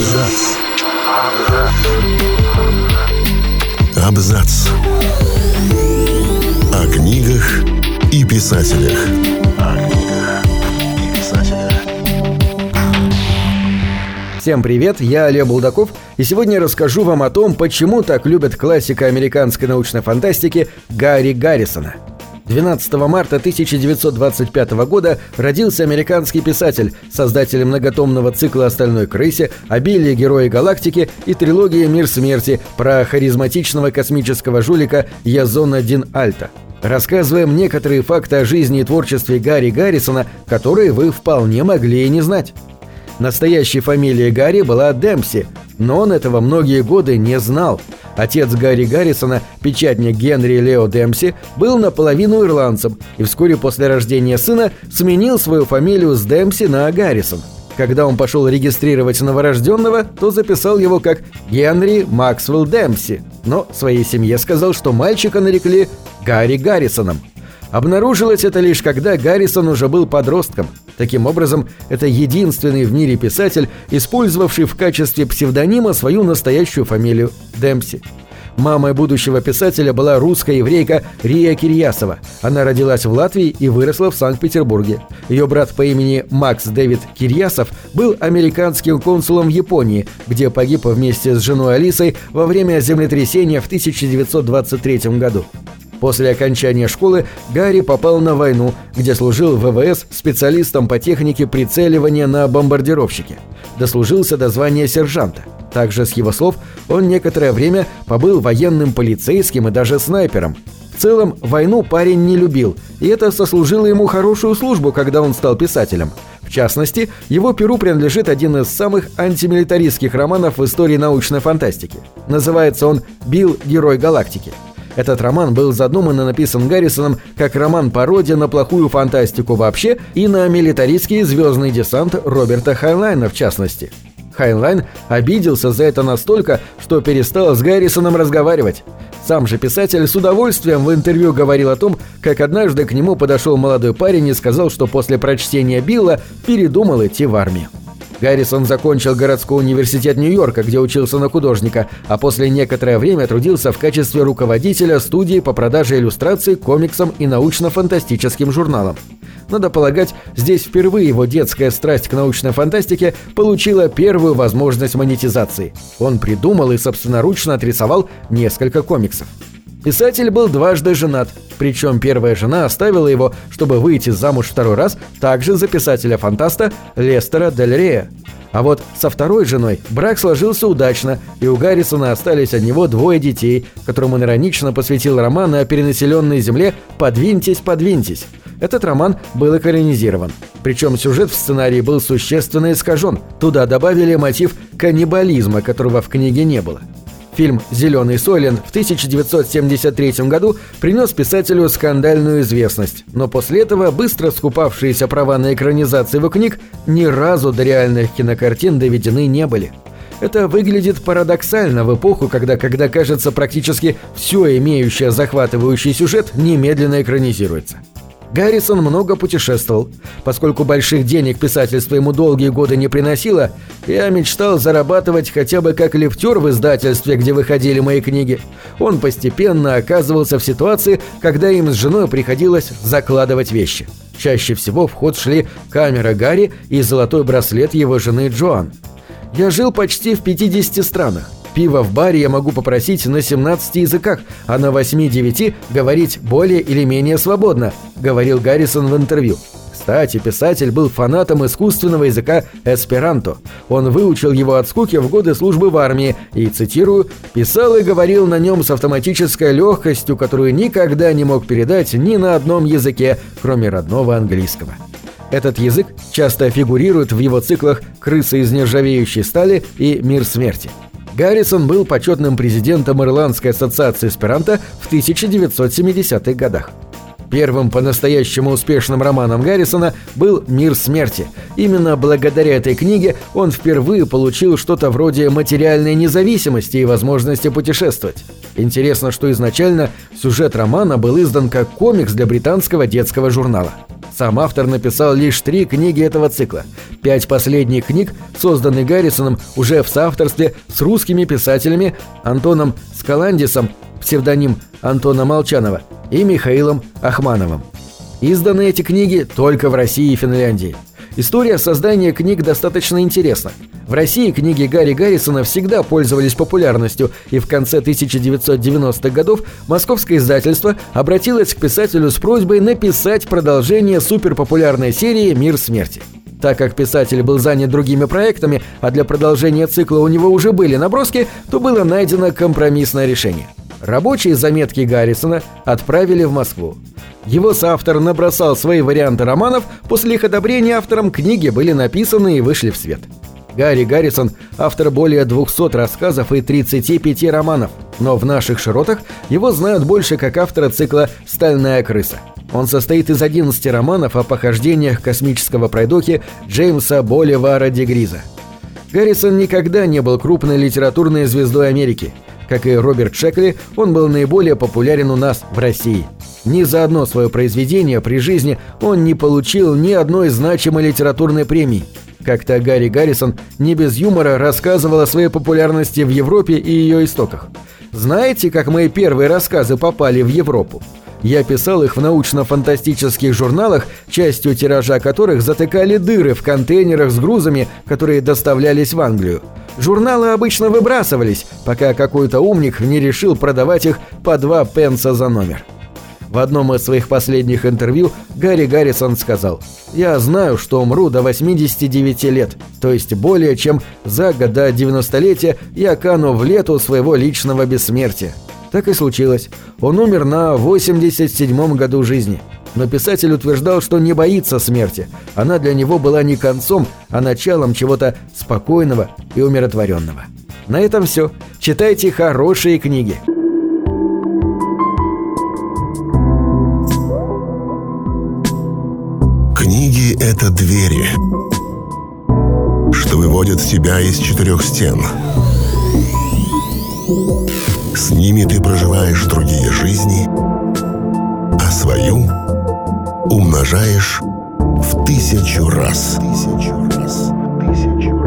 Абзац. Абзац. О книгах и писателях. Всем привет, я Олег Булдаков, и сегодня я расскажу вам о том, почему так любят классика американской научной фантастики Гарри Гаррисона. 12 марта 1925 года родился американский писатель, создатель многотомного цикла о Стальной крысе, обилие Герои галактики и трилогии «Мир смерти» про харизматичного космического жулика Язона Дин Альта. Рассказываем некоторые факты о жизни и творчестве Гарри Гаррисона, которые вы вполне могли и не знать. Настоящей фамилией Гарри была Демпси, но он этого многие годы не знал. Отец Гарри Гаррисона, печатник Генри Лео Демпси, был наполовину ирландцем и вскоре после рождения сына сменил свою фамилию с Демпси на Гаррисон. Когда он пошел регистрировать новорожденного, то записал его как Генри Максвелл Демпси, но своей семье сказал, что мальчика нарекли Гарри Гаррисоном. Обнаружилось это лишь когда Гаррисон уже был подростком. Таким образом, это единственный в мире писатель, использовавший в качестве псевдонима свою настоящую фамилию – Демпси. Мамой будущего писателя была русская еврейка Рия Кирьясова. Она родилась в Латвии и выросла в Санкт-Петербурге. Ее брат по имени Макс Дэвид Кирьясов был американским консулом в Японии, где погиб вместе с женой Алисой во время землетрясения в 1923 году. После окончания школы Гарри попал на войну, где служил в ВВС специалистом по технике прицеливания на бомбардировщике. Дослужился до звания сержанта. Также, с его слов, он некоторое время побыл военным полицейским и даже снайпером. В целом, войну парень не любил, и это сослужило ему хорошую службу, когда он стал писателем. В частности, его перу принадлежит один из самых антимилитаристских романов в истории научной фантастики. Называется он «Билл, Герой галактики». Этот роман был задуман и написан Гаррисоном как роман-пародия на плохую фантастику вообще и на милитаристский звездный десант Роберта Хайнлайна в частности. Хайнлайн обиделся за это настолько, что перестал с Гаррисоном разговаривать. Сам же писатель с удовольствием в интервью говорил о том, как однажды к нему подошел молодой парень и сказал, что после прочтения Билла передумал идти в армию. Гаррисон закончил городской университет Нью-Йорка, где учился на художника, а после некоторое время трудился в качестве руководителя студии по продаже иллюстраций к комиксам и научно-фантастическим журналам. Надо полагать, здесь впервые его детская страсть к научной фантастике получила первую возможность монетизации. Он придумал и собственноручно отрисовал несколько комиксов. Писатель был дважды женат, причем первая жена оставила его, чтобы выйти замуж второй раз, также за писателя-фантаста Лестера Дель Рея. А вот со второй женой брак сложился удачно, и у Гаррисона остались от него 2 детей, которым он иронично посвятил роман о перенаселенной земле «Подвиньтесь, подвиньтесь». Этот роман был экранизирован. Причем сюжет в сценарии был существенно искажен. Туда добавили мотив каннибализма, которого в книге не было. Фильм «Зеленый Сойлент» в 1973 году принес писателю скандальную известность, но после этого быстро скупавшиеся права на экранизацию его книг ни разу до реальных кинокартин доведены не были. Это выглядит парадоксально в эпоху, когда кажется, практически все имеющее захватывающий сюжет немедленно экранизируется. Гаррисон много путешествовал. Поскольку больших денег писательство ему долгие годы не приносило, я мечтал зарабатывать хотя бы как лифтер в издательстве, где выходили мои книги. Он постепенно оказывался в ситуации, когда им с женой приходилось закладывать вещи. Чаще всего в ход шли камера Гарри и золотой браслет его жены Джоан. Я жил почти в 50 странах. Пиво в баре я могу попросить на 17 языках, а на 8-9 говорить более или менее свободно, говорил Гаррисон в интервью. Кстати, писатель был фанатом искусственного языка эсперанто. Он выучил его от скуки в годы службы в армии и, цитирую, «писал и говорил на нем с автоматической легкостью, которую никогда не мог передать ни на одном языке, кроме родного английского». Этот язык часто фигурирует в его циклах «Крысы из нержавеющей стали» и «Мир смерти». Гаррисон был почетным президентом Ирландской ассоциации эсперанто в 1970-х годах. Первым по-настоящему успешным романом Гаррисона был «Мир смерти». Именно благодаря этой книге он впервые получил что-то вроде материальной независимости и возможности путешествовать. Интересно, что изначально сюжет романа был издан как комикс для британского детского журнала. Сам автор написал лишь 3 книги этого цикла. 5 последних книг созданы Гаррисоном уже в соавторстве с русскими писателями Антоном Скаландисом, псевдоним Антона Молчанова, и Михаилом Ахмановым. Изданы эти книги только в России и Финляндии. История создания книг достаточно интересна. В России книги Гарри Гаррисона всегда пользовались популярностью, и в конце 1990-х годов московское издательство обратилось к писателю с просьбой написать продолжение суперпопулярной серии «Мир смерти». Так как писатель был занят другими проектами, а для продолжения цикла у него уже были наброски, то было найдено компромиссное решение. Рабочие заметки Гаррисона отправили в Москву. Его соавтор набросал свои варианты романов, после их одобрения автором книги были написаны и вышли в свет. Гарри Гаррисон – автор более 200 рассказов и 35 романов, но в наших широтах его знают больше как автора цикла «Стальная крыса». Он состоит из 11 романов о похождениях космического пройдохи Джеймса Боливара де Гриза. Гаррисон никогда не был крупной литературной звездой Америки. Как и Роберт Шекли, он был наиболее популярен у нас в России. Ни за одно свое произведение при жизни он не получил ни одной значимой литературной премии. Как-то Гарри Гаррисон не без юмора рассказывал о своей популярности в Европе и ее истоках. «Знаете, как мои первые рассказы попали в Европу? Я писал их в научно-фантастических журналах, частью тиража которых затыкали дыры в контейнерах с грузами, которые доставлялись в Англию. Журналы обычно выбрасывались, пока какой-то умник не решил продавать их по 2 пенса за номер». В одном из своих последних интервью Гарри Гаррисон сказал: «Я знаю, что умру до 89 лет, то есть более чем за год до 90-летия я кану в лету своего личного бессмертия». Так и случилось. Он умер на 87-м году жизни. Но писатель утверждал, что не боится смерти. Она для него была не концом, а началом чего-то спокойного и умиротворенного. На этом все. Читайте хорошие книги. Книги — это двери, что выводят тебя из 4 стен. С ними ты проживаешь другие жизни, а свою умножаешь в 1000 раз.